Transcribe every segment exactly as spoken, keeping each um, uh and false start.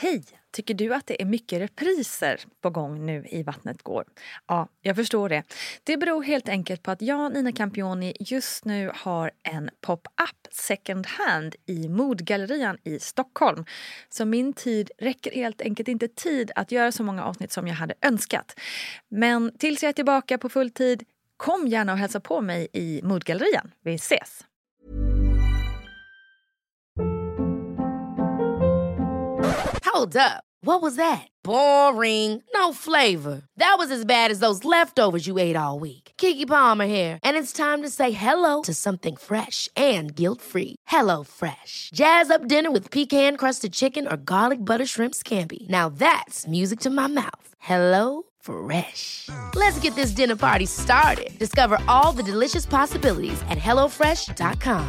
Hej! Tycker du att det är mycket repriser på gång nu i Vattnet går? Ja, jag förstår det. Det beror helt enkelt på att jag, Nina Campioni, just nu har en pop-up second hand i Modgallerian i Stockholm. Så min tid räcker helt enkelt inte tid att göra så många avsnitt som jag hade önskat. Men tills jag är tillbaka på full tid, kom gärna och hälsa på mig i Modgallerian. Vi ses! Hold up. What was that? Boring. No flavor. That was as bad as those leftovers you ate all week. Keke Palmer here, and it's time to say hello to something fresh and guilt-free. Hello Fresh. Jazz up dinner with pecan-crusted chicken or garlic butter shrimp scampi. Now that's music to my mouth. Hello Fresh. Let's get this dinner party started. Discover all the delicious possibilities at hello fresh dot com.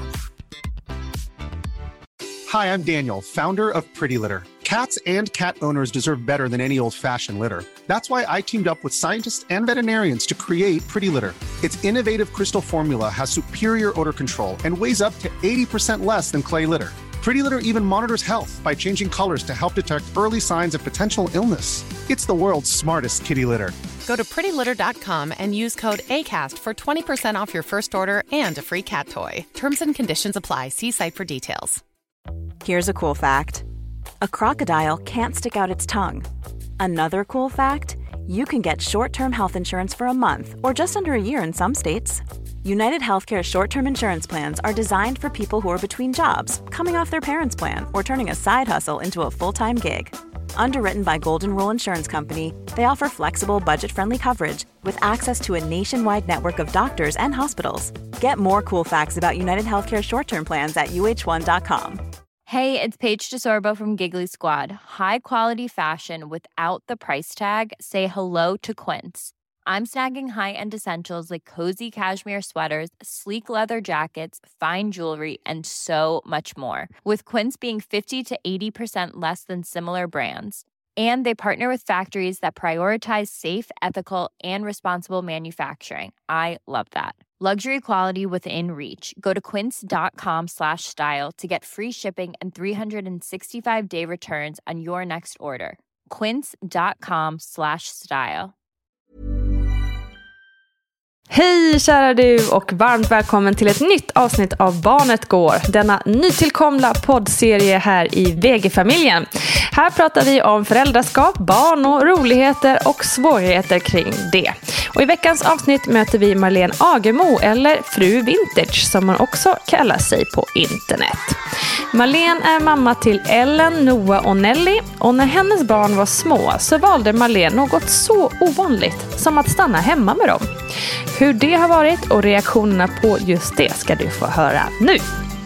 Hi, I'm Daniel, founder of Pretty Litter. Cats and cat owners deserve better than any old-fashioned litter. That's why I teamed up with scientists and veterinarians to create Pretty Litter. Its innovative crystal formula has superior odor control and weighs up to eighty percent less than clay litter. Pretty Litter even monitors health by changing colors to help detect early signs of potential illness. It's the world's smartest kitty litter. Go to pretty litter dot com and use code ACAST for twenty percent off your first order and a free cat toy. Terms and conditions apply. See site for details. Here's a cool fact. A crocodile can't stick out its tongue. Another cool fact, you can get short-term health insurance for a month or just under a year in some states. United Healthcare short-term insurance plans are designed for people who are between jobs, coming off their parents' plan, or turning a side hustle into a full-time gig. Underwritten by Golden Rule Insurance Company, they offer flexible, budget-friendly coverage with access to a nationwide network of doctors and hospitals. Get more cool facts about United Healthcare short-term plans at U H one dot com. Hey, it's Paige DeSorbo from Giggly Squad. High quality fashion without the price tag. Say hello to Quince. I'm snagging high-end essentials like cozy cashmere sweaters, sleek leather jackets, fine jewelry, and so much more. With Quince being fifty to eighty percent less than similar brands. And they partner with factories that prioritize safe, ethical, and responsible manufacturing. I love that. Luxury quality within reach. Go to quince dot com slash style to get free shipping and three sixty-five day returns on your next order. quince dot com slash style. Hej kära du och varmt välkommen till ett nytt avsnitt av Barnet går. Denna nytillkomna poddserie här i V G-familjen. Här pratar vi om föräldraskap, barn och roligheter och svårigheter kring det. Och i veckans avsnitt möter vi Marlene Agermo, eller Fru Vintage som man också kallar sig på internet. Marlene är mamma till Ellen, Noah och Nelly, och när hennes barn var små så valde Marlene något så ovanligt som att stanna hemma med dem. Hur det har varit och reaktionerna på just det ska du få höra nu.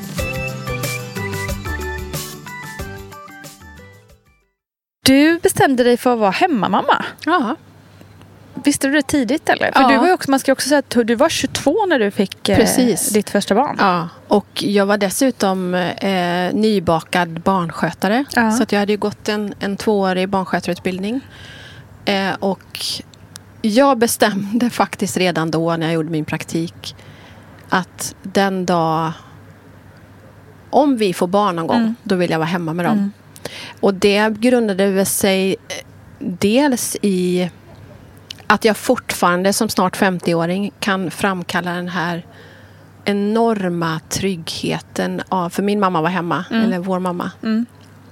Du bestämde dig för att vara hemmamamma. Ja. Visste du det tidigt eller? För ja. du var ju också, man ska också säga att du var tjugotvå när du fick Precis. Eh, ditt första barn. Ja, och jag var dessutom eh, nybakad barnskötare. Ja. Så att jag hade ju gått en, en tvåårig barnskötarutbildning. Eh, och jag bestämde faktiskt redan då när jag gjorde min praktik att den dag, om vi får barn någon gång, mm. då vill jag vara hemma med dem. Mm. Och det grundade sig dels i att jag fortfarande som snart femtio-åring kan framkalla den här enorma tryggheten av, för min mamma var hemma, mm. eller vår mamma. Mm.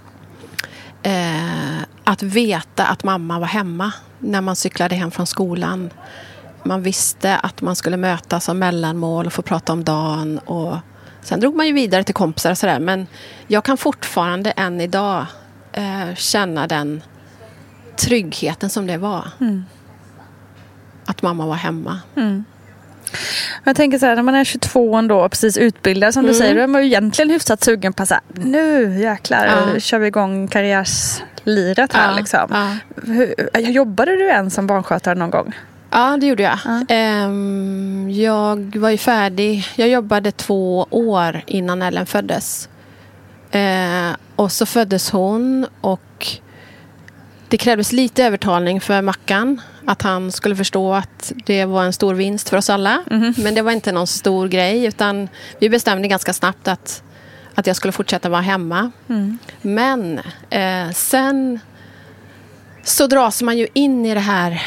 Eh, att veta att mamma var hemma när man cyklade hem från skolan. Man visste att man skulle mötas som mellanmål och få prata om dagen. Och sen drog man ju vidare till kompisar och sådär. Men jag kan fortfarande än idag eh, känna den tryggheten som det var. Mm. Att mamma var hemma. Mm. Jag tänker så här, när man är tjugotvå ändå, precis utbildad som mm. du säger, då är man ju egentligen hyfsat sugen på så här, nu jäklar, ja. kör vi igång karriärsliret här ja. liksom. Ja. Hur, jobbade du än som barnskötare någon gång? Ja, det gjorde jag. Ja. Um, jag var ju färdig. Jag jobbade två år innan Ellen föddes. Uh, och så föddes hon och det krävdes lite övertalning för Mackan. Att han skulle förstå att det var en stor vinst för oss alla. Mm-hmm. Men det var inte någon stor grej. Utan vi bestämde ganska snabbt att att jag skulle fortsätta vara hemma. Mm. Men eh, sen så dras man ju in i det här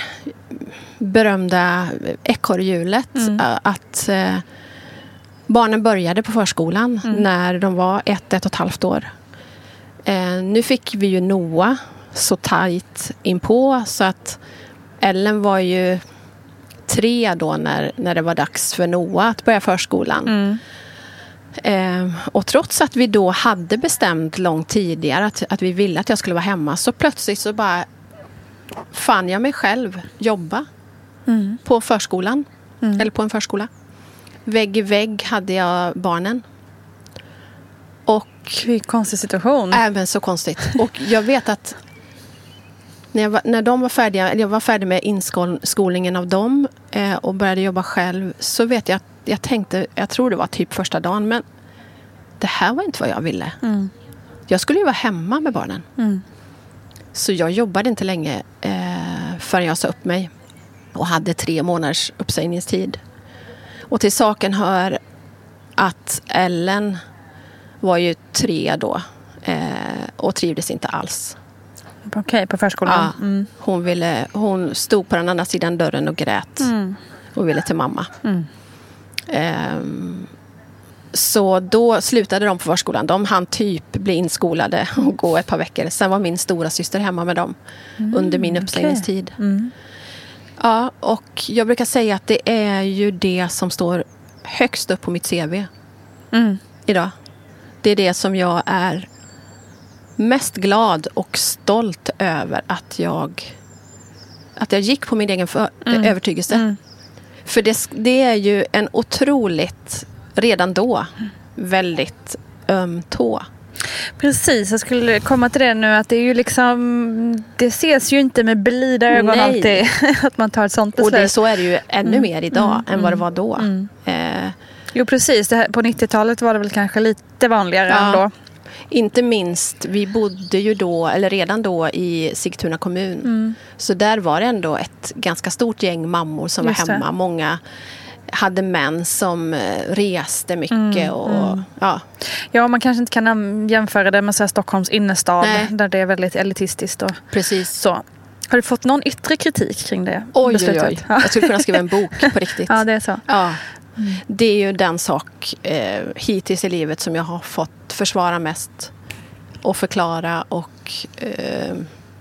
berömda ekorrhjulet. Mm. Att eh, barnen började på förskolan mm. när de var ett, ett och ett halvt år. Eh, nu fick vi ju Noah så tajt inpå så att Ellen var ju tre då när, när det var dags för Noah att börja förskolan. Mm. Eh, och trots att vi då hade bestämt långt tidigare att, att vi ville att jag skulle vara hemma, så plötsligt så bara fann jag mig själv jobba mm. på förskolan. Mm. Eller på en förskola. Vägg i vägg hade jag barnen. Och vilken konstig situation. Även så konstigt. Och jag vet att när, jag var, när de var färdiga, jag var färdig med inskolningen av dem eh, och började jobba själv, så vet jag att jag tänkte, jag tror det var typ första dagen, men det här var inte vad jag ville. Mm. Jag skulle ju vara hemma med barnen. Mm. Så jag jobbade inte länge eh, förrän jag sa upp mig och hade tre månaders uppsägningstid. Och till saken hör att Ellen var ju tre då eh, och trivdes inte alls. Okej, okay, på förskolan. Ja, mm. hon, ville, hon stod på den andra sidan dörren och grät mm. och ville till mamma. Mm. Um, så då slutade de på förskolan. De hann typ bli inskolade och gå ett par veckor. Sen var min stora syster hemma med dem mm, under min uppsägningstid. Okay. Mm. Ja, och jag brukar säga att det är ju det som står högst upp på mitt C V mm. idag. Det är det som jag är mest glad och stolt över, att jag att jag gick på min egen för, mm. övertygelse. Mm. För det, det är ju en otroligt, redan då, väldigt öm tå. Precis, jag skulle komma till det nu, att det är ju liksom, det ses ju inte med blida ögon Nej. alltid att man tar ett sånt beslut. Och det, så är det ju ännu mm. mer idag mm. än vad det var då. Mm. Eh. Jo, precis. Det här, på nittiotalet var det väl kanske lite vanligare ja. ändå. Inte minst, vi bodde ju då, eller redan då, i Sigtuna kommun. Mm. Så där var det ändå ett ganska stort gäng mammor som Just var hemma. Det. Många hade män som reste mycket. Mm, och, mm. Ja. ja, man kanske inte kan jämföra det med så här Stockholms innerstad. Nej. Där det är väldigt elitistiskt. Och Precis. Så. Har du fått någon yttre kritik kring det oj, beslutet? Oj, oj. Jag skulle kunna skriva en bok på riktigt. Ja, det är så. Ja. Mm. Det är ju den sak eh, hittills i livet som jag har fått försvara mest och förklara, och eh,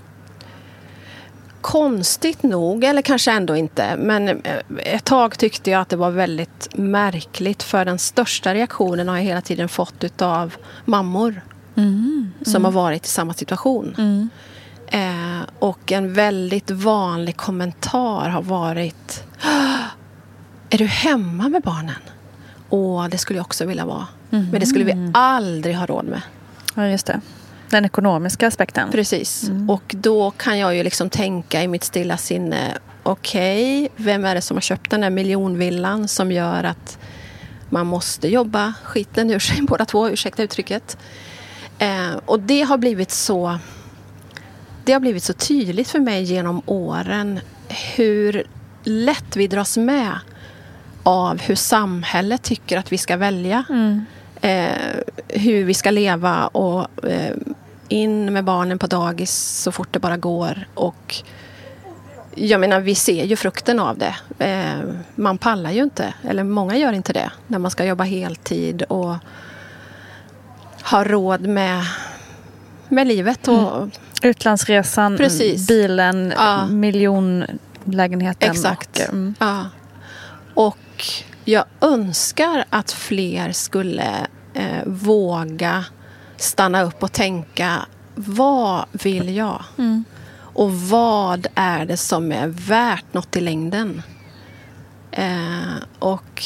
konstigt nog, eller kanske ändå inte, men ett tag tyckte jag att det var väldigt märkligt, för den största reaktionen har jag hela tiden fått utav mammor mm. som mm. har varit i samma situation. Mm. Eh, och en väldigt vanlig kommentar har varit: är du hemma med barnen? Åh, det skulle jag också vilja vara. Mm. Men det skulle vi aldrig ha råd med. Ja, just det. Den ekonomiska aspekten. Precis. Mm. Och då kan jag ju liksom tänka i mitt stilla sinne, okej, okay, vem är det som har köpt den där miljonvillan som gör att man måste jobba skiten ur sig båda två, ursäkta uttrycket. Eh, och det har blivit så det har blivit så tydligt för mig genom åren hur lätt vi dras med av hur samhället tycker att vi ska välja. Mm. Eh, hur vi ska leva, och eh, in med barnen på dagis så fort det bara går. Och jag menar, vi ser ju frukten av det. Eh, man pallar ju inte, eller många gör inte det, när man ska jobba heltid och ha råd med, med livet. Och, mm. Utlandsresan, Precis. bilen, ja. miljonlägenheten. Exakt. Och, mm. ja. Och jag önskar att fler skulle eh, våga stanna upp och tänka, vad vill jag? Mm. Och vad är det som är värt något i längden? Eh, och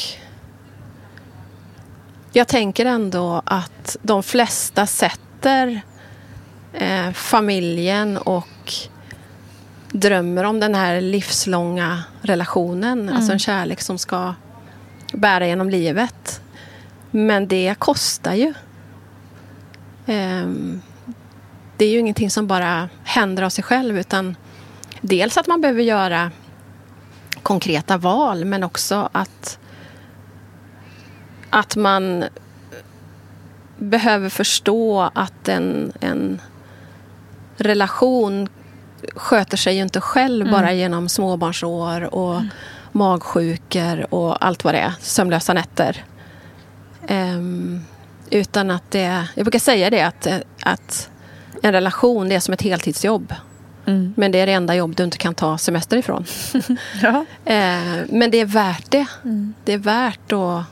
jag tänker ändå att de flesta sätter eh, familjen och drömmer om den här livslånga relationen. Mm. Alltså en kärlek som ska bära genom livet. Men det kostar ju. Um, det är ju ingenting som bara händer av sig själv, utan dels att man behöver göra konkreta val, men också att att man behöver förstå att en, en relation sköter sig ju inte själv mm. bara genom småbarnsår och mm. magsjukor och allt vad det är, sömnlösa nätter. Um, utan att det, jag brukar säga det att, att en relation det är som ett heltidsjobb. Mm. Men det är det enda jobb du inte kan ta semester ifrån. ja. uh, men det är värt det. Mm. Det är värt att...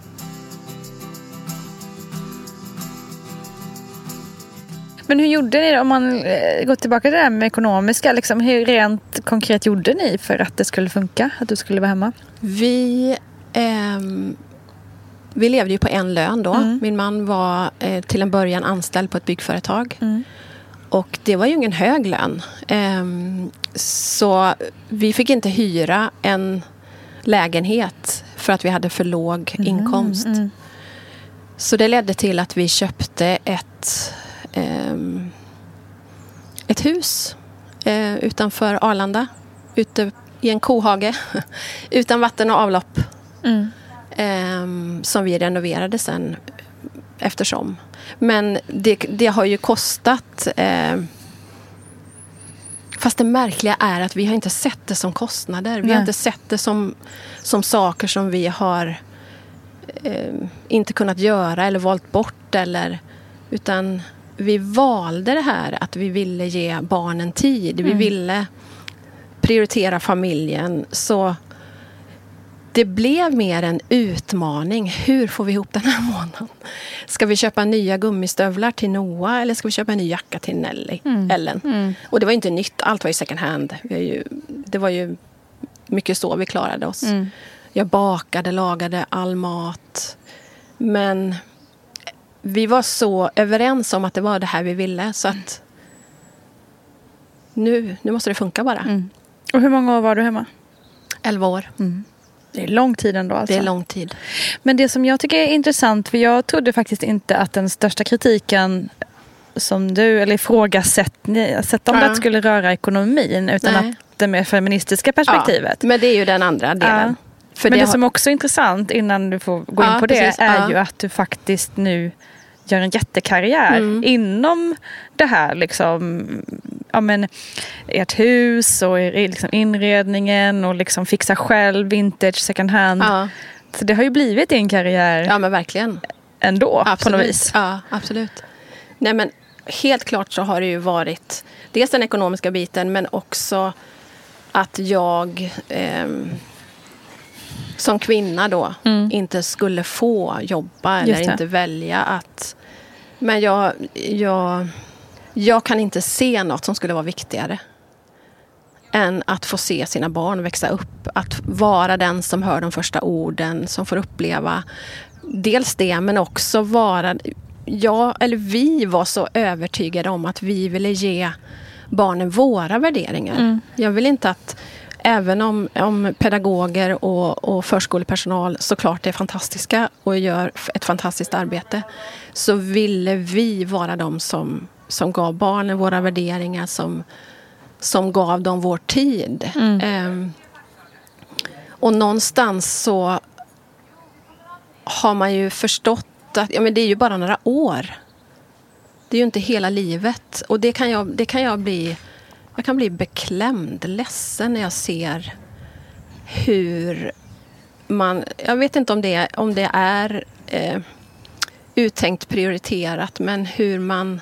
Men hur gjorde ni om man går tillbaka till det här med ekonomiska? Liksom, hur rent konkret gjorde ni för att det skulle funka? Att du skulle vara hemma? Vi, eh, vi levde ju på en lön då. Mm. Min man var eh, till en början anställd på ett byggföretag. Mm. Och det var ju ingen hög lön. Eh, så vi fick inte hyra en lägenhet för att vi hade för låg mm. inkomst. Mm. Så det ledde till att vi köpte ett... ett hus eh, utanför Arlanda ute i en kohage utan vatten och avlopp mm. eh, som vi renoverade sen eftersom. Men det, det har ju kostat eh, fast det märkliga är att vi har inte sett det som kostnader. Vi Nej. har inte sett det som, som saker som vi har eh, inte kunnat göra eller valt bort eller utan vi valde det här att vi ville ge barnen tid. Vi mm. ville prioritera familjen. Så det blev mer en utmaning. Hur får vi ihop den här månaden? Ska vi köpa nya gummistövlar till Noah eller ska vi köpa en ny jacka till Nelly? Mm. Ellen? Mm. Och det var inte nytt. Allt var ju second hand. Vi ju, det var ju mycket så vi klarade oss. Mm. Jag bakade, lagade all mat. Men... vi var så överens om att det var det här vi ville. Så att nu, nu måste det funka bara. Mm. Och hur många år var du hemma? Elva år. Mm. Det är lång tid ändå alltså. Det är lång tid. Men det som jag tycker är intressant, för jag trodde faktiskt inte att den största kritiken som du, eller ifrågasättande ja. skulle röra ekonomin, utan Nej. att det mer feministiska perspektivet. Ja, men det är ju den andra delen. Ja. För men det, det har... som också är intressant innan du får gå ja, in på precis. det är ja. ju att du faktiskt nu gör en jättekarriär mm. inom det här liksom, ja men ert hus och liksom inredningen och liksom fixa själv, vintage, second hand. Ja. Så det har ju blivit din karriär. Ja men verkligen. Ändå absolut. På något vis. Ja, absolut. Nej men helt klart så har det ju varit dels den ekonomiska biten men också att jag eh, som kvinna då mm. inte skulle få jobba eller inte välja att... Men jag, jag, jag kan inte se något som skulle vara viktigare än att få se sina barn växa upp. Att vara den som hör de första orden, som får uppleva dels det men också vara... Jag, eller vi var så övertygade om att vi ville ge barnen våra värderingar. Mm. Jag vill inte att... Även om, om pedagoger och, och förskolepersonal såklart är fantastiska och gör ett fantastiskt arbete, så ville vi vara de som, som gav barnen våra värderingar, som, som gav dem vår tid. Mm. Um, och någonstans så har man ju förstått att ja, men det är ju bara några år. Det är ju inte hela livet. Och det kan jag, det kan jag bli... Jag kan bli beklämd, ledsen när jag ser hur man... Jag vet inte om det, om det är eh, uttänkt prioriterat, men hur man...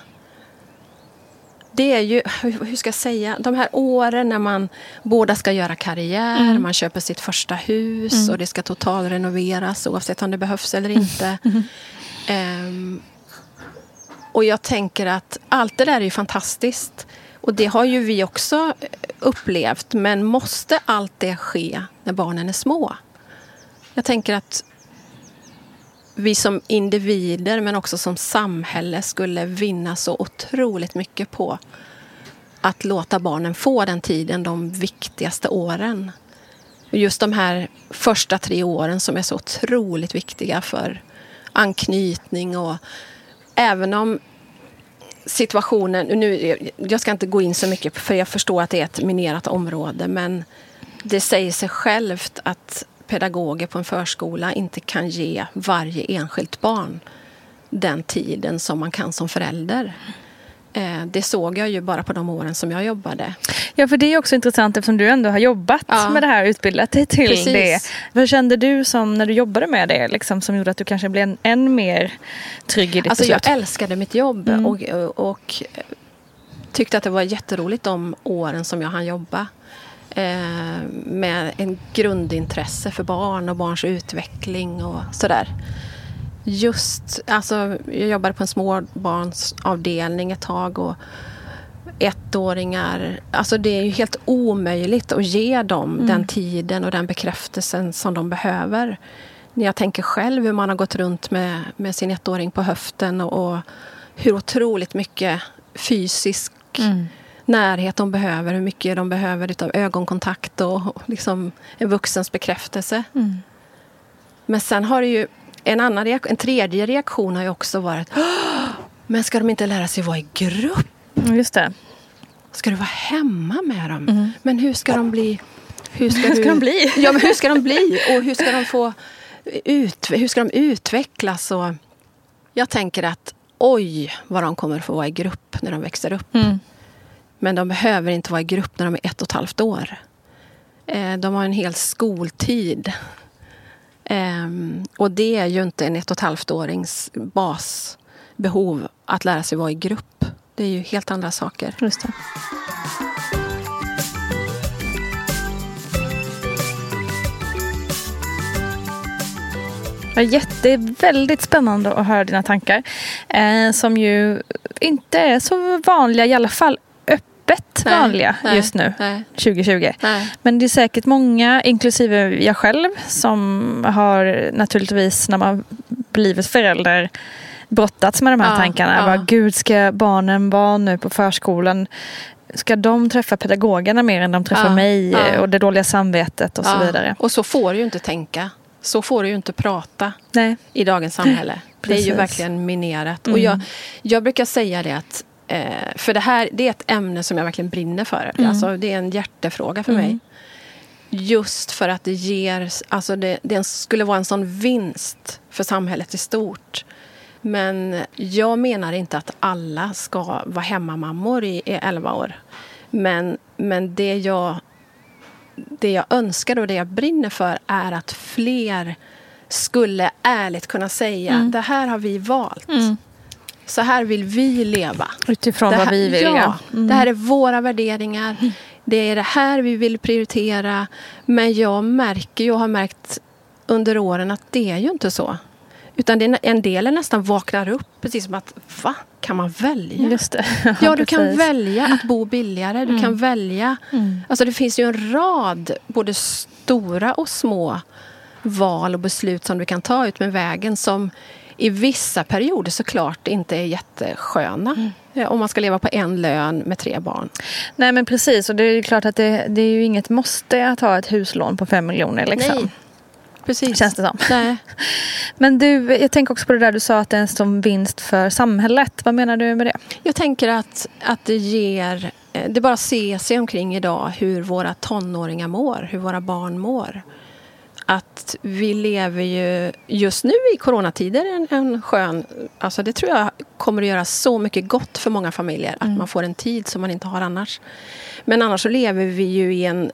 Det är ju, hur ska jag säga, de här åren när man båda ska göra karriär, mm. man köper sitt första hus mm. och det ska totalrenoveras oavsett om det behövs eller inte. Mm. Um, och jag tänker att allt det där är ju fantastiskt. Och det har ju vi också upplevt. Men måste allt det ske när barnen är små? Jag tänker att vi som individer men också som samhälle skulle vinna så otroligt mycket på att låta barnen få den tiden, de viktigaste åren. Just de här första tre åren som är så otroligt viktiga för anknytning. Och även om situationen, nu, jag ska inte gå in så mycket för jag förstår att det är ett minerat område, men det säger sig självt att pedagoger på en förskola inte kan ge varje enskilt barn den tiden som man kan som förälder. Eh, det såg jag ju bara på de åren som jag jobbade. Ja, för det är också intressant eftersom du ändå har jobbat ja. med det här, utbildat dig till Precis. det. Vad kände du som när du jobbade med det liksom, som gjorde att du kanske blev än, än mer trygg i ditt alltså, beslut? Jag älskade mitt jobb mm. och, och, och tyckte att det var jätteroligt de åren som jag hann jobba. Eh, med en grundintresse för barn och barns utveckling och sådär. Just, alltså jag jobbade på en småbarnsavdelning ett tag och ettåringar, alltså det är ju helt omöjligt att ge dem mm. den tiden och den bekräftelsen som de behöver. När jag tänker själv hur man har gått runt med, med sin ettåring på höften och, och hur otroligt mycket fysisk mm. närhet de behöver, hur mycket de behöver utav ögonkontakt och, och liksom en vuxens bekräftelse. Mm. Men sen har det ju en annan reaktion, en tredje reaktion har ju också varit, men ska de inte lära sig vara i grupp? Just det. Ska du vara hemma med dem? Mm. Men hur ska de bli? Hur ska, hur ska du, de bli? Ja, men hur ska de bli? Och hur ska de få ut, hur ska de utvecklas? Och jag tänker att oj, vad de kommer få vara i grupp när de växer upp. Mm. Men de behöver inte vara i grupp när de är ett och ett halvt år. De har en hel skoltid. Och det är ju inte en ett och ett halvt årings basbehov att lära sig vara i grupp. Det är ju helt andra saker. Just det. Det är väldigt spännande att höra dina tankar. Eh, som ju inte är så vanliga, i alla fall öppet nej, vanliga nej, just nu, nej. tjugo tjugo. Nej. Men det är säkert många, inklusive jag själv, som har naturligtvis när man blivit förälder brottats med de här ja, tankarna. Ja. Vad gud ska barnen vara nu på förskolan? Ska de träffa pedagogerna mer än de träffar ja, mig? Ja. Och det dåliga samvetet och ja. så vidare. Och så får du ju inte tänka. Så får du ju inte prata Nej. i dagens samhälle. Det är ju verkligen minerat. Mm. Och jag, jag brukar säga det att eh, för det här, det är ett ämne som jag verkligen brinner för. Mm. Alltså, det är en hjärtefråga för mm. mig. Just för att det ger, alltså det, det skulle vara en sån vinst för samhället i stort. Men jag menar inte att alla ska vara hemmamammor i, i elva år. Men, men det jag det jag önskar och det jag brinner för är att fler skulle ärligt kunna säga mm. det här har vi valt. Mm. Så här vill vi leva. Utifrån här, vad vi vill. Ja, ja. Mm. Det här är våra värderingar. Mm. Det är det här vi vill prioritera. Men jag märker ju och har märkt under åren att det är ju inte så. Utan det är en del är nästan vaknar upp precis som att, va? Kan man välja? Just det. Ja, ja du kan välja att bo billigare. Du mm. kan välja. Mm. Alltså det finns ju en rad både stora och små val och beslut som du kan ta ut med vägen som i vissa perioder såklart inte är jättesköna. Mm. Om man ska leva på en lön med tre barn. Nej men precis. Och det är ju klart att det, det är ju inget måste att ha ett huslån på fem miljoner liksom. Nej. Precis. Känns det som. Nej. Men du, jag tänker också på det där du sa att det är en stor vinst för samhället. Vad menar du med det? Jag tänker att, att det ger, det bara ser sig omkring idag hur våra tonåringar mår, hur våra barn mår. Att vi lever ju just nu i coronatider en, en skön, alltså det tror jag kommer att göra så mycket gott för många familjer. Mm. Att man får en tid som man inte har annars. Men annars så lever vi ju i en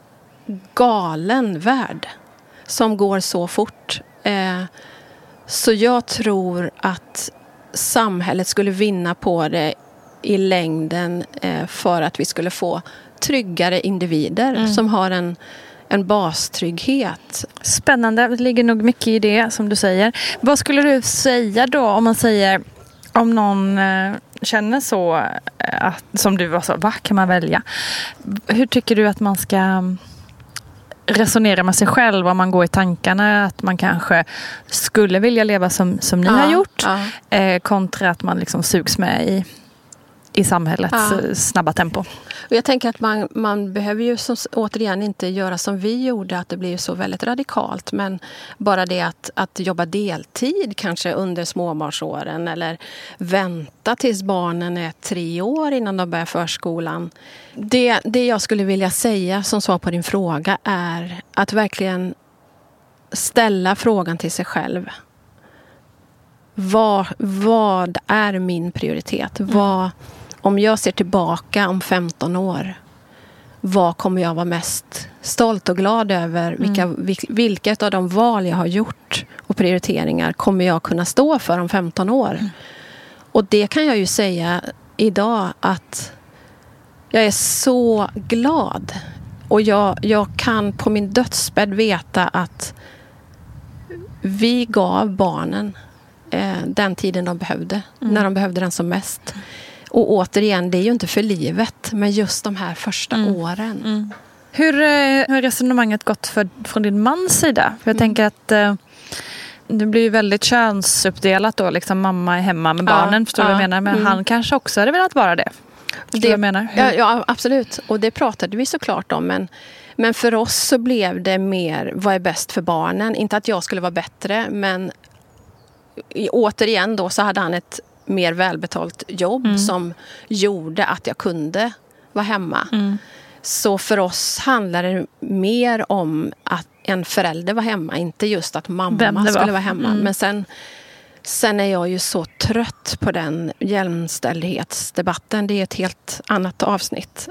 galen värld. Som går så fort. Eh, så jag tror att samhället skulle vinna på det i längden eh, för att vi skulle få tryggare individer mm. som har en, en bastrygghet. Spännande, det ligger nog mycket i det som du säger. Vad skulle du säga då om man säger om någon eh, känner så eh, att, som du var så, vad kan man välja? Hur tycker du att man ska resonera med sig själv om man går i tankarna att man kanske skulle vilja leva som, som ni ja, har gjort ja. eh, kontra att man liksom sugs med i, i samhällets ja. snabba tempo. Och jag tänker att man, man behöver ju som, återigen inte göra som vi gjorde, att det blir så väldigt radikalt, men bara det att, att jobba deltid kanske under småbarnsåren eller vänta tills barnen är tre år innan de börjar förskolan. Det, det jag skulle vilja säga som svar på din fråga är att verkligen ställa frågan till sig själv. vad, vad är min prioritet? Mm. Vad, om jag ser tillbaka om femton år, vad kommer jag vara mest stolt och glad över? Mm. Vilka, vilka av de val jag har gjort och prioriteringar kommer jag kunna stå för om femton år? Mm. Och det kan jag ju säga idag att jag är så glad. Och jag, jag kan på min dödsbädd veta att vi gav barnen eh, den tiden de behövde. Mm. När de behövde den som mest. Och återigen, det är ju inte för livet. Men just de här första mm. åren. Mm. Hur har resonemanget gått för, från din mans sida? För jag mm. tänker att eh, det blir ju väldigt könsuppdelat då. Liksom mamma är hemma med barnen, ja, förstår du ja. vad jag menar? Men mm. han kanske också hade velat vara det. Förstår det, jag menar? Ja, ja, absolut. Och det pratade vi såklart om. Men, men för oss så blev det mer, vad är bäst för barnen? Inte att jag skulle vara bättre, men i, återigen då så hade han ett mer välbetalt jobb mm. som gjorde att jag kunde vara hemma. Mm. Så för oss handlar det mer om att en förälder var hemma, inte just att mamma skulle vara hemma. Mm. Men sen... Sen är jag ju så trött på den jämställdhetsdebatten. Det är ett helt annat avsnitt.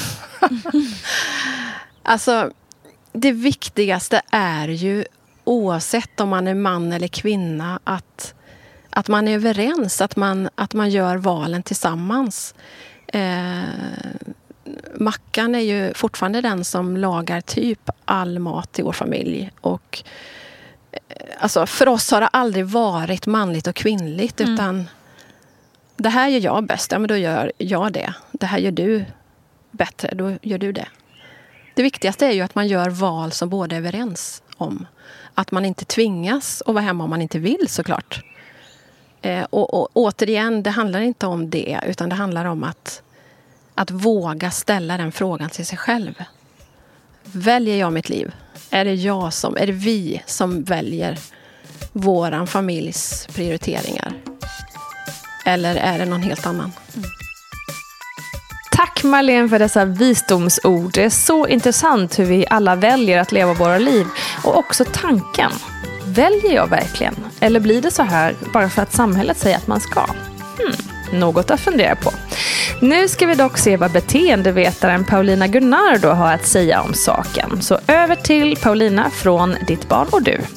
Alltså, det viktigaste är ju, oavsett om man är man eller kvinna, att, att man är överens, att man, att man gör valen tillsammans. Eh, Mackan är ju fortfarande den som lagar typ all mat i vår familj. Och alltså, för oss har det aldrig varit manligt och kvinnligt, mm. utan det här gör jag bäst, ja men då gör jag det. Det här gör du bättre, då gör du det. Det viktigaste är ju att man gör val som båda är överens om. Att man inte tvingas att vara hemma om man inte vill, såklart. Eh, och, och återigen, det handlar inte om det, utan det handlar om att, att våga ställa den frågan till sig själv. Väljer jag mitt liv? Är det jag som, är det vi som väljer våran familjs prioriteringar? Eller är det någon helt annan? Mm. Tack Marlene för dessa visdomsord. Det är så intressant hur vi alla väljer att leva våra liv. Och också tanken. Väljer jag verkligen? Eller blir det så här bara för att samhället säger att man ska? Hmm, något att fundera på. Nu ska vi dock se vad beteendevetaren Paulina Gunnardo har att säga om saken. Så över till Paulina från Ditt barn och du.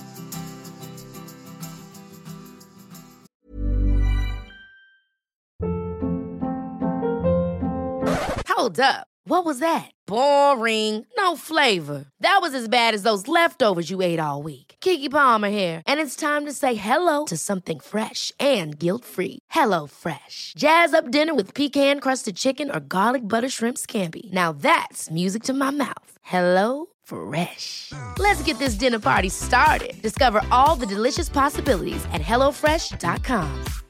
Hold up. What was that? Boring. No flavor. That was as bad as those leftovers you ate all week. Keke Palmer here, and it's time to say hello to something fresh and guilt-free. Hello Fresh. Jazz up dinner with pecan-crusted chicken or garlic butter shrimp scampi. Now that's music to my mouth. Hello Fresh. Let's get this dinner party started. Discover all the delicious possibilities at hello fresh dot com.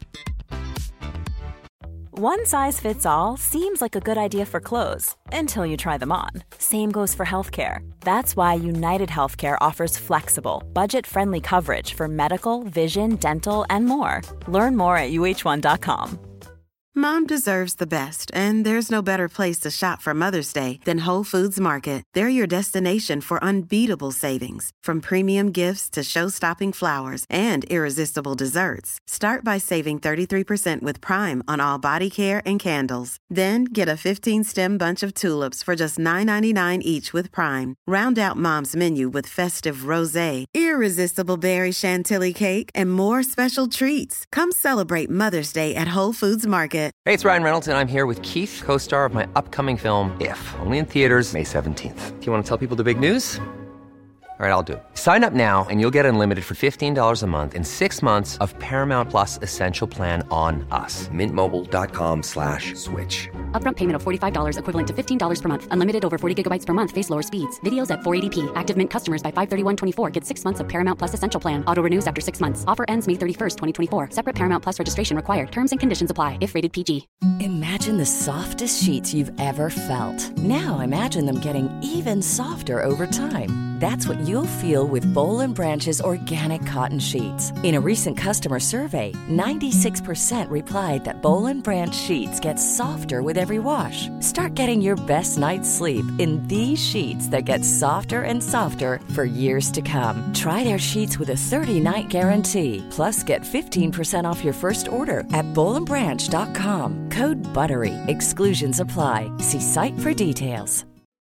One size fits all seems like a good idea for clothes until you try them on. Same goes for healthcare. That's why United Healthcare offers flexible, budget-friendly coverage for medical, vision, dental, and more. Learn more at u h one dot com. Mom deserves the best, and there's no better place to shop for Mother's Day than Whole Foods Market. They're your destination for unbeatable savings, from premium gifts to show-stopping flowers and irresistible desserts. Start by saving thirty-three percent with Prime on all body care and candles. Then get a fifteen-stem bunch of tulips for just nine ninety-nine each with Prime. Round out Mom's menu with festive rosé, irresistible berry chantilly cake, and more special treats. Come celebrate Mother's Day at Whole Foods Market. Hey, it's Ryan Reynolds, and I'm here with Keith, co-star of my upcoming film, If, only in theaters May seventeenth. Do you want to tell people the big news? All right, I'll do it. Sign up now and you'll get unlimited for fifteen dollars a month and six months of Paramount Plus Essential Plan on us. Mint Mobile dot com slash switch. Upfront payment of forty-five dollars equivalent to fifteen dollars per month. Unlimited over forty gigabytes per month. Face lower speeds. Videos at four eighty p. Active Mint customers by five thirty-one twenty-four get six months of Paramount Plus Essential Plan. Auto renews after six months. Offer ends May thirty-first, twenty twenty-four. Separate Paramount Plus registration required. Terms and conditions apply if rated P G. Imagine the softest sheets you've ever felt. Now imagine them getting even softer over time. That's what you'll feel with Boll and Branch's organic cotton sheets. In a recent customer survey, ninety-six percent replied that Boll and Branch sheets get softer with every wash. Start getting your best night's sleep in these sheets that get softer and softer for years to come. Try their sheets with a thirty-night guarantee. Plus, get fifteen percent off your first order at boll and branch dot com. Code BUTTERY. Exclusions apply. See site for details.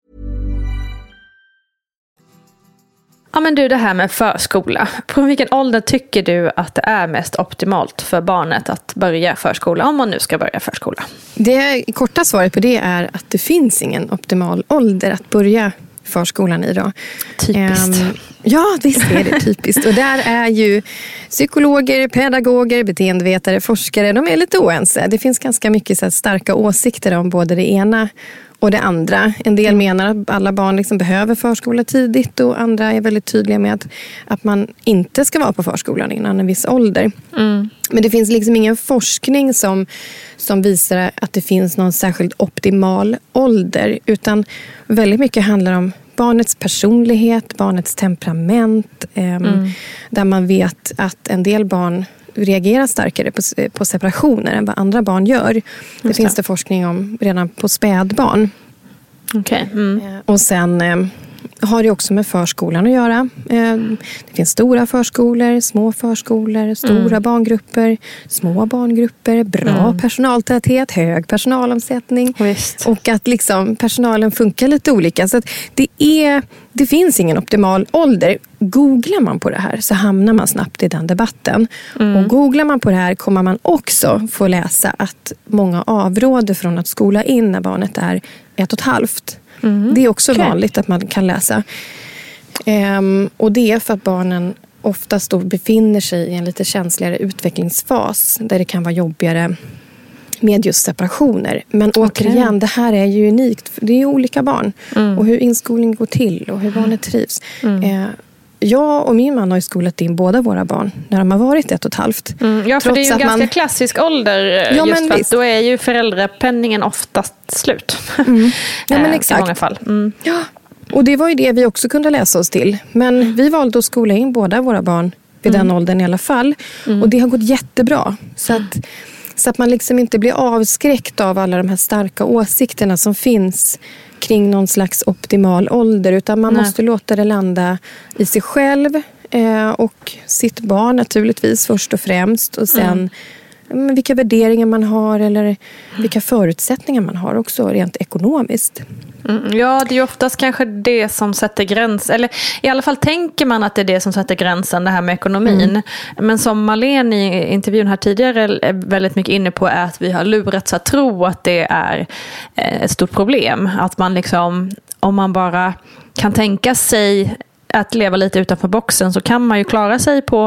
Ja, men du, det här med förskola. På vilken ålder tycker du att det är mest optimalt för barnet att börja förskola, om man nu ska börja förskola? Det korta svaret på det är att det finns ingen optimal ålder att börja förskolan i då. Typiskt. Um, ja, visst är det typiskt. Och där är ju psykologer, pedagoger, beteendevetare, forskare, de är lite oense. Det finns ganska mycket så här starka åsikter om både det ena och det andra. En del menar att alla barn liksom behöver förskola tidigt, och andra är väldigt tydliga med att, att man inte ska vara på förskolan innan en viss ålder. Mm. Men det finns liksom ingen forskning som, som visar att det finns någon särskilt optimal ålder, utan väldigt mycket handlar om barnets personlighet, barnets temperament, eh, mm. där man vet att en del barn reagerar starkare på, på separationer än vad andra barn gör. Det Just finns det. det forskning om redan på spädbarn. Okay. Mm. Och sen eh, har det också med förskolan att göra. Eh, det finns stora förskolor, små förskolor, stora mm. barngrupper, små barngrupper, bra mm. personaltäthet, hög personalomsättning. Visst. Och att liksom personalen funkar lite olika. Så att det, är, det finns ingen optimal ålder. Googlar man på det här så hamnar man snabbt i den debatten. Mm. Och googlar man på det här kommer man också få läsa att många avråder från att skola in när barnet är ett och ett halvt. Mm. Det är också okay. vanligt att man kan läsa. Ehm, och det är för att barnen oftast då befinner sig i en lite känsligare utvecklingsfas där det kan vara jobbigare med just separationer. Men okay. återigen, det här är ju unikt. Det är ju olika barn. Mm. Och hur inskolning går till och hur barnet trivs. Mm. Ehm, Jag och min man har ju skolat in båda våra barn när de har varit ett och ett halvt. Mm, ja, för Trots det är ju en ganska man... klassisk ålder. Ja, just för att då är ju föräldrapenningen oftast slut. Mm. Ja, men exakt. I många fall. Mm. Ja, och det var ju det vi också kunde läsa oss till. Men vi valde att skola in båda våra barn vid mm. den åldern i alla fall. Mm. Och det har gått jättebra. Så att, så att man liksom inte blir avskräckt av alla de här starka åsikterna som finns kring någon slags optimal ålder, utan man Nej. måste låta det landa i sig själv eh, och sitt barn naturligtvis först och främst, och sen mm. vilka värderingar man har eller vilka förutsättningar man har också rent ekonomiskt. Mm, ja, det är ju oftast kanske det som sätter gräns, eller i alla fall tänker man att det är det som sätter gränsen, det här med ekonomin. Mm. Men som Malene i intervjun här tidigare är väldigt mycket inne på, är att vi har lurats att tro att det är ett stort problem. Att man liksom, om man bara kan tänka sig att leva lite utanför boxen, så kan man ju klara sig på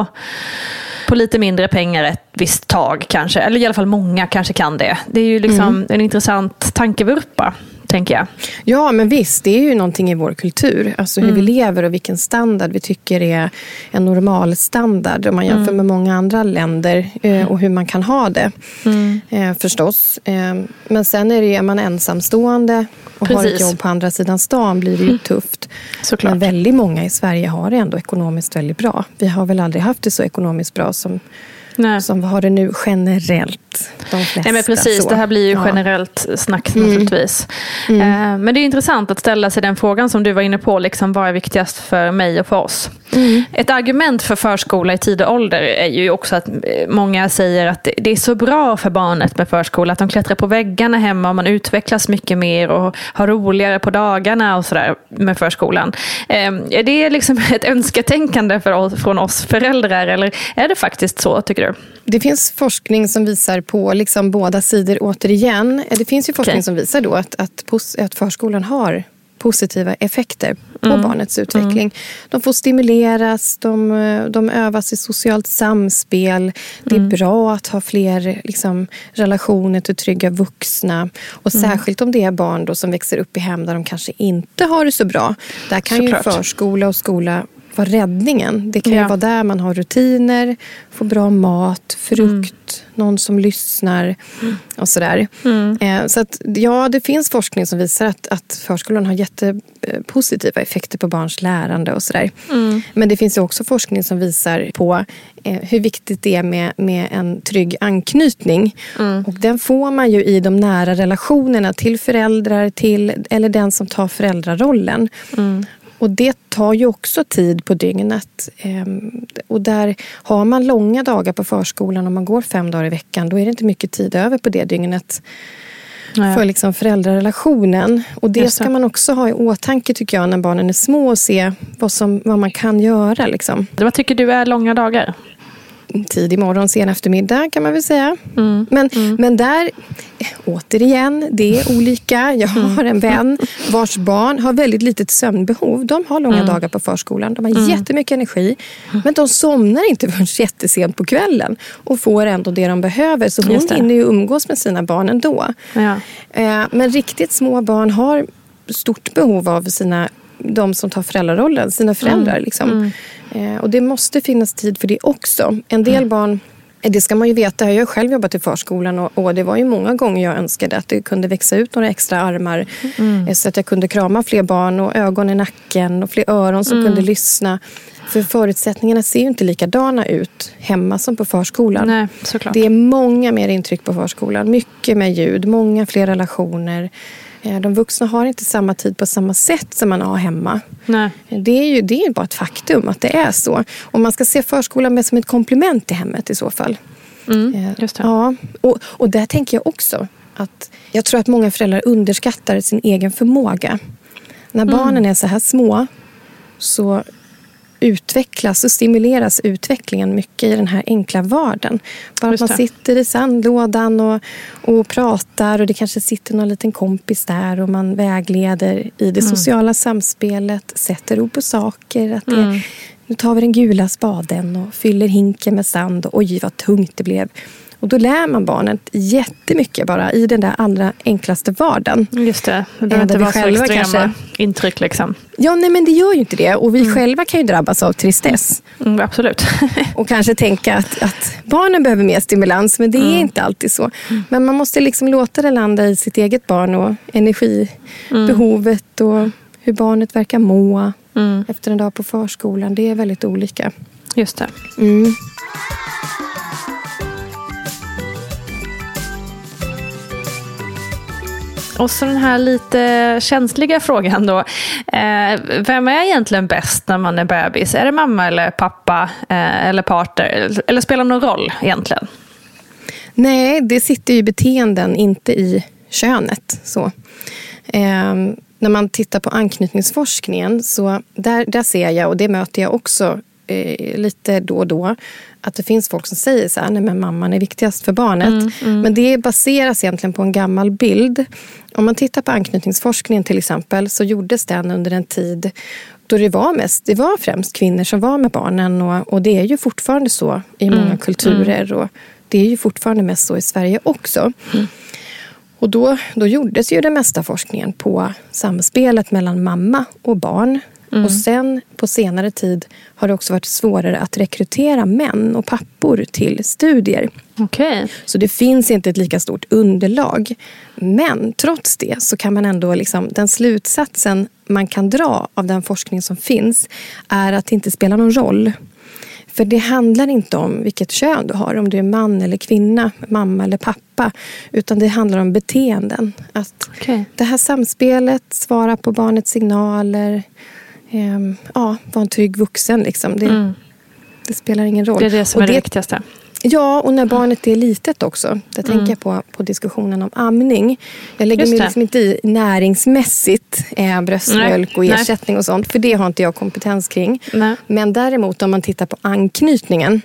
på lite mindre pengar ett visst tag kanske. Eller i alla fall många kanske kan det. Det är ju liksom mm. en intressant tankevurpa, tänker jag. Ja, men visst, det är ju någonting i vår kultur. Alltså hur mm. vi lever och vilken standard vi tycker är en normal standard om man jämför mm. med många andra länder, eh, och hur man kan ha det. Mm. Eh, förstås. Eh, men sen är det ju, är man ensamstående och Precis. har ett jobb på andra sidan stan, blir det ju mm. tufft. Såklart. Men väldigt många i Sverige har det ändå ekonomiskt väldigt bra. Vi har väl aldrig haft det så ekonomiskt bra som Nej. som vi har det nu generellt. De flesta, Nej, men precis, så. det här blir ju ja. generellt snack naturligtvis. Mm. Mm. Men det är intressant att ställa sig den frågan som du var inne på, liksom, vad är viktigast för mig och för oss? Mm. Ett argument för förskola i tidig ålder är ju också att många säger att det är så bra för barnet med förskola, att de klättrar på väggarna hemma och man utvecklas mycket mer och har roligare på dagarna och sådär med förskolan. Är det liksom ett önsketänkande för oss, från oss föräldrar, eller är det faktiskt så, tycker du? Det finns forskning som visar på liksom båda sidor återigen. Det finns ju forskning okay. som visar då att, att, att förskolan har positiva effekter på mm. barnets utveckling. Mm. De får stimuleras, de, de övas i socialt samspel. Det är mm. bra att ha fler liksom, relationer till trygga vuxna. Och mm. särskilt om det är barn då som växer upp i hem där de kanske inte har det så bra. Där kan Såklart. ju förskola och skola vara räddningen. Det kan ju Ja. vara där man har rutiner, får bra mat, frukt, mm. någon som lyssnar och sådär. Mm. Eh, så att, ja, det finns forskning som visar att, att förskolan har jättepositiva effekter på barns lärande och sådär. Mm. Men det finns ju också forskning som visar på eh, hur viktigt det är med, med en trygg anknytning. Mm. Och den får man ju i de nära relationerna till föräldrar, till, eller den som tar föräldrarollen. Mm. Och det tar ju också tid på dygnet. Och där har man långa dagar på förskolan, om man går fem dagar i veckan, då är det inte mycket tid över på det dygnet. Nej. För liksom föräldrarelationen. Och det ska man också ha i åtanke, tycker jag, när barnen är små, och se vad, som, vad man kan göra. Liksom. Vad tycker du är långa dagar? Tidig morgon, sen eftermiddag kan man väl säga. Mm. Men, mm. men där, återigen, det är olika. Jag har en vän vars barn har väldigt litet sömnbehov. De har långa mm. dagar på förskolan. De har mm. jättemycket energi. Men de somnar inte förrän jättesent på kvällen. Och får ändå det de behöver. Så hon hinner ju umgås med sina barn ändå. Ja. Men riktigt små barn har stort behov av sina, de som tar föräldrarollen, sina föräldrar. Mm. Liksom. Mm. Eh, och det måste finnas tid för det också. En del mm. barn, det ska man ju veta, jag har själv jobbat i förskolan och, och det var ju många gånger jag önskade att det kunde växa ut några extra armar mm. eh, så att jag kunde krama fler barn och ögon i nacken och fler öron som mm. kunde lyssna. För förutsättningarna ser ju inte likadana ut hemma som på förskolan. Nej, såklart. Det är många mer intryck på förskolan, mycket mer ljud, många fler relationer. De vuxna har inte samma tid på samma sätt som man har hemma. Nej. Det är ju det är bara ett faktum att det är så. Och man ska se förskolan med som ett komplement till hemmet i så fall. Mm, just det. Ja, och, och där tänker jag också att jag tror att många föräldrar underskattar sin egen förmåga. När barnen mm. är så här små så utvecklas och stimuleras utvecklingen mycket i den här enkla vardagen. Bara att man sitter i sandlådan och, och pratar, och det kanske sitter någon liten kompis där och man vägleder i det mm. sociala samspelet, sätter ord på saker. Att det, mm. nu tar vi den gula spaden och fyller hinken med sand och oj vad tungt det blev. Och då lär man barnet jättemycket bara i den där allra enklaste vardagen. Just det, det behöver inte vara så extrema kanske intryck liksom. Ja, nej men det gör ju inte det. Och vi mm. själva kan ju drabbas av tristess. Mm, absolut. Och kanske tänka att, att barnen behöver mer stimulans, men det mm. är inte alltid så. Mm. Men man måste liksom låta det landa i sitt eget barn och energibehovet mm. och hur barnet verkar må mm. efter en dag på förskolan. Det är väldigt olika. Just det. Mm. Och så den här lite känsliga frågan då. Eh, vem är egentligen bäst när man är bebis? Är det mamma eller pappa eh, eller partner? Eller spelar någon roll egentligen? Nej, det sitter ju i beteenden, inte i könet. Så. Eh, när man tittar på anknytningsforskningen så där, där ser jag, och det möter jag också eh, lite då och då, att det finns folk som säger så här, nej men mamman är viktigast för barnet. Mm, mm. Men det baseras egentligen på en gammal bild. Om man tittar på anknytningsforskningen till exempel, så gjordes den under en tid då det var mest, det var främst kvinnor som var med barnen, och, och det är ju fortfarande så i många mm, kulturer mm. och det är ju fortfarande mest så i Sverige också. Mm. Och då, då gjordes ju den mesta forskningen på samspelet mellan mamma och barn. Mm. Och sen på senare tid har det också varit svårare att rekrytera män och pappor till studier. Okay. Så det finns inte ett lika stort underlag. Men trots det så kan man ändå liksom, den slutsatsen man kan dra av den forskning som finns är att det inte spelar någon roll. För det handlar inte om vilket kön du har, om du är man eller kvinna, mamma eller pappa, utan det handlar om beteenden. Att okay. det här samspelet, svara på barnets signaler, eh, ja, vara en trygg vuxen liksom. Det, mm. det spelar ingen roll. Det är det som och är det, det viktigaste. Ja, och när barnet är litet också. Där mm. tänker jag på, på diskussionen om amning. Jag lägger mig liksom inte i näringsmässigt eh, bröstmjölk Nej. och ersättning Nej. och sånt. För det har inte jag kompetens kring. Nej. Men däremot om man tittar på anknytningen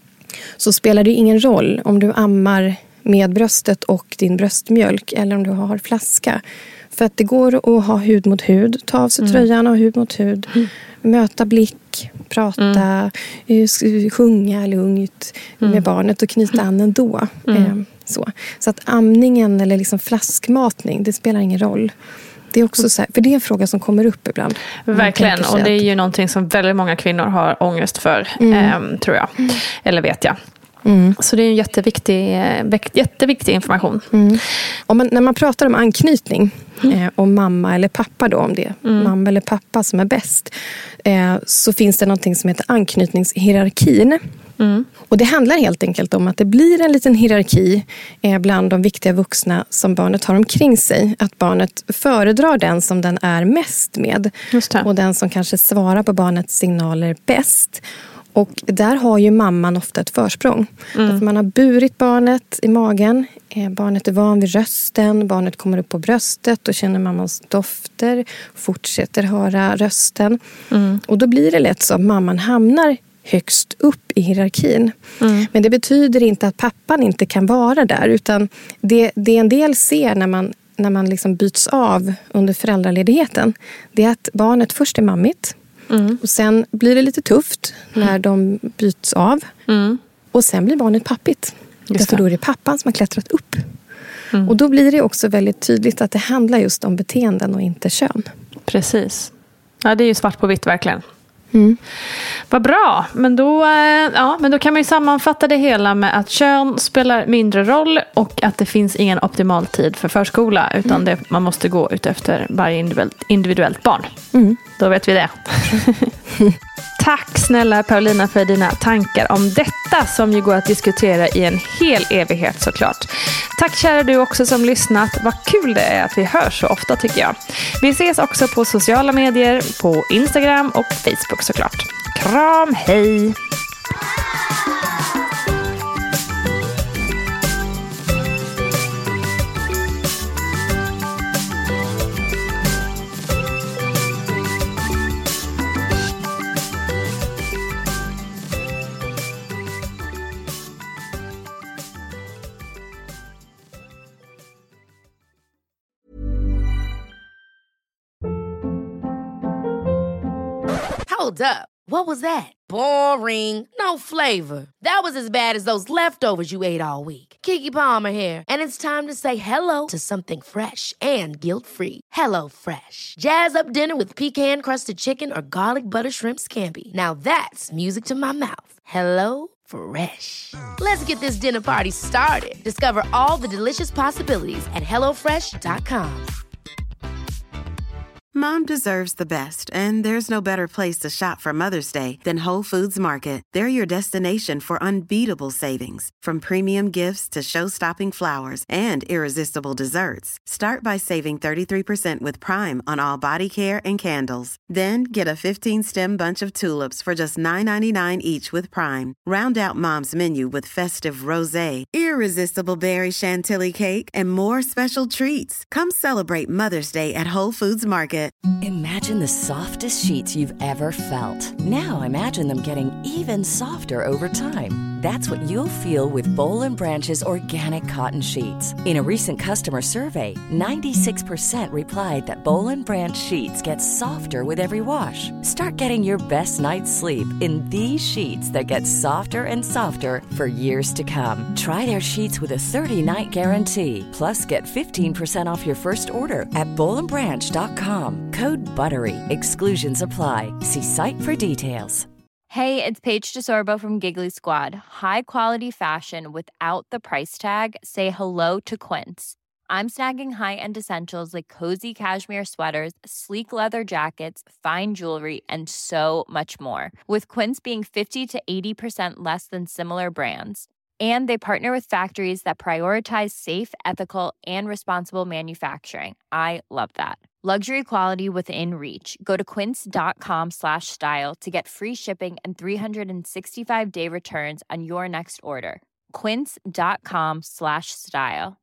så spelar det ingen roll om du ammar med bröstet och din bröstmjölk eller om du har flaska. För att det går att ha hud mot hud, ta av sig mm. tröjan och hud mot hud. Mm. Möta blick, prata, mm. sjunga lugnt mm. med barnet och knyta an ändå. Mm. Så. så att amningen eller liksom flaskmatning, det spelar ingen roll. Det är också så här, för det är en fråga som kommer upp ibland. Verkligen, och det är ju någonting som väldigt många kvinnor har ångest för, mm. eh, tror jag. Mm. Eller vet jag. Mm. Så det är en jätteviktig, jätteviktig information. Mm. Om man, när man pratar om anknytning mm. eh, och mamma eller pappa då, om det är mm. mamma eller pappa som är bäst, eh, så finns det någonting som heter anknytningshierarkin. Mm. Och det handlar helt enkelt om att det blir en liten hierarki eh, bland de viktiga vuxna som barnet har omkring sig. Att barnet föredrar den som den är mest med. Och den som kanske svarar på barnets signaler bäst. Och där har ju mamman ofta ett försprång. Mm. Att man har burit barnet i magen. Eh, barnet är van vid rösten. Barnet kommer upp på bröstet och känner mammans dofter. Fortsätter höra rösten. Mm. Och då blir det lätt så att mamman hamnar högst upp i hierarkin. Mm. Men det betyder inte att pappan inte kan vara där. Utan det, det en del ser när man, när man liksom byts av under föräldraledigheten. Det är att barnet först är mammigt. Mm. Och sen blir det lite tufft när de byts av. Mm. Och sen blir barnet pappigt. Därför då är det pappan som har klättrat upp. Mm. Och då blir det också väldigt tydligt att det handlar just om beteenden och inte kön. Precis. Ja, det är ju svart på vitt verkligen. Mm. Vad bra, men då, ja, men då kan man ju sammanfatta det hela med att kön spelar mindre roll och att det finns ingen optimal tid för förskola, utan mm. det, man måste gå ut efter varje individuellt, individuellt barn. Mm. Då vet vi det. Tack snälla Paulina för dina tankar om detta som ju går att diskutera i en hel evighet såklart. Tack kära du också som lyssnat. Vad kul det är att vi hörs så ofta tycker jag. Vi ses också på sociala medier, på Instagram och Facebook såklart. Kram, hej! Hold up. What was that? Boring. No flavor. That was as bad as those leftovers you ate all week. Keke Palmer here, and it's time to say hello to something fresh and guilt-free. Hello Fresh. Jazz up dinner with pecan-crusted chicken or garlic butter shrimp scampi. Now that's music to my mouth. Hello Fresh. Let's get this dinner party started. Discover all the delicious possibilities at hello fresh dot com. Mom deserves the best, and there's no better place to shop for Mother's Day than Whole Foods Market. They're your destination for unbeatable savings, from premium gifts to show-stopping flowers and irresistible desserts. Start by saving thirty-three percent with Prime on all body care and candles. Then get a fifteen-stem bunch of tulips for just nine ninety-nine each with Prime. Round out Mom's menu with festive rosé, irresistible berry chantilly cake, and more special treats. Come celebrate Mother's Day at Whole Foods Market. Imagine the softest sheets you've ever felt. Now imagine them getting even softer over time. That's what you'll feel with Boll and Branch's organic cotton sheets. In a recent customer survey, ninety-six percent replied that Boll and Branch sheets get softer with every wash. Start getting your best night's sleep in these sheets that get softer and softer for years to come. Try their sheets with a thirty-night guarantee. Plus, get fifteen percent off your first order at boll and branch dot com. Code BUTTERY. Exclusions apply. See site for details. Hey, it's Paige DeSorbo from Giggly Squad. High quality fashion without the price tag. Say hello to Quince. I'm snagging high-end essentials like cozy cashmere sweaters, sleek leather jackets, fine jewelry, and so much more. With Quince being fifty to eighty percent less than similar brands. And they partner with factories that prioritize safe, ethical, and responsible manufacturing. I love that. Luxury quality within reach. Go to quince.com slash style to get free shipping and three sixty-five day returns on your next order. Quince.com slash style.